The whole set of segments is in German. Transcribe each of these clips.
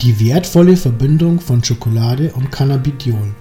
Die wertvolle Verbindung von Schokolade und Cannabidiol.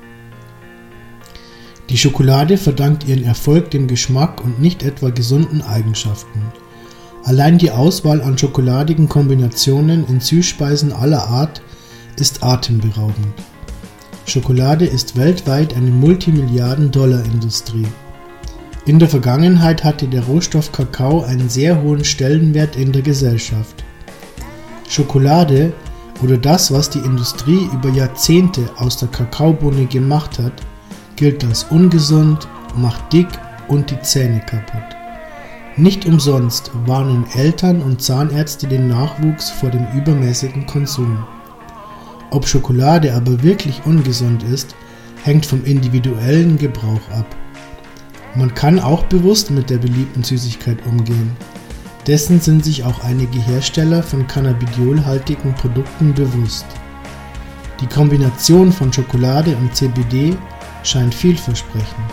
Die Schokolade verdankt ihren Erfolg dem Geschmack und nicht etwa gesunden Eigenschaften. Allein die Auswahl an schokoladigen Kombinationen in Süßspeisen aller Art ist atemberaubend. Schokolade ist weltweit eine Multimilliarden-Dollar-Industrie. In der Vergangenheit hatte der Rohstoff Kakao einen sehr hohen Stellenwert in der Gesellschaft. Schokolade oder das, was die Industrie über Jahrzehnte aus der Kakaobohne gemacht hat, gilt als ungesund, macht dick und die Zähne kaputt. Nicht umsonst warnen Eltern und Zahnärzte den Nachwuchs vor dem übermäßigen Konsum. Ob Schokolade aber wirklich ungesund ist, hängt vom individuellen Gebrauch ab. Man kann auch bewusst mit der beliebten Süßigkeit umgehen. Dessen sind sich auch einige Hersteller von cannabidiolhaltigen Produkten bewusst. Die Kombination von Schokolade und CBD scheint vielversprechend.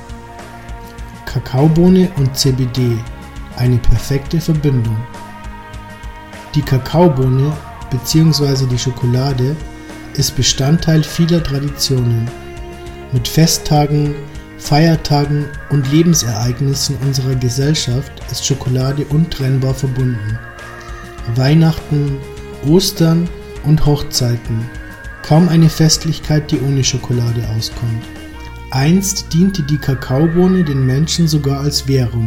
Kakaobohne und CBD, eine perfekte Verbindung. Die Kakaobohne bzw. die Schokolade ist Bestandteil vieler Traditionen. Mit Festtagen, Feiertagen und Lebensereignissen unserer Gesellschaft ist Schokolade untrennbar verbunden. Weihnachten, Ostern und Hochzeiten. Kaum eine Festlichkeit, die ohne Schokolade auskommt. Einst diente die Kakaobohne den Menschen sogar als Währung.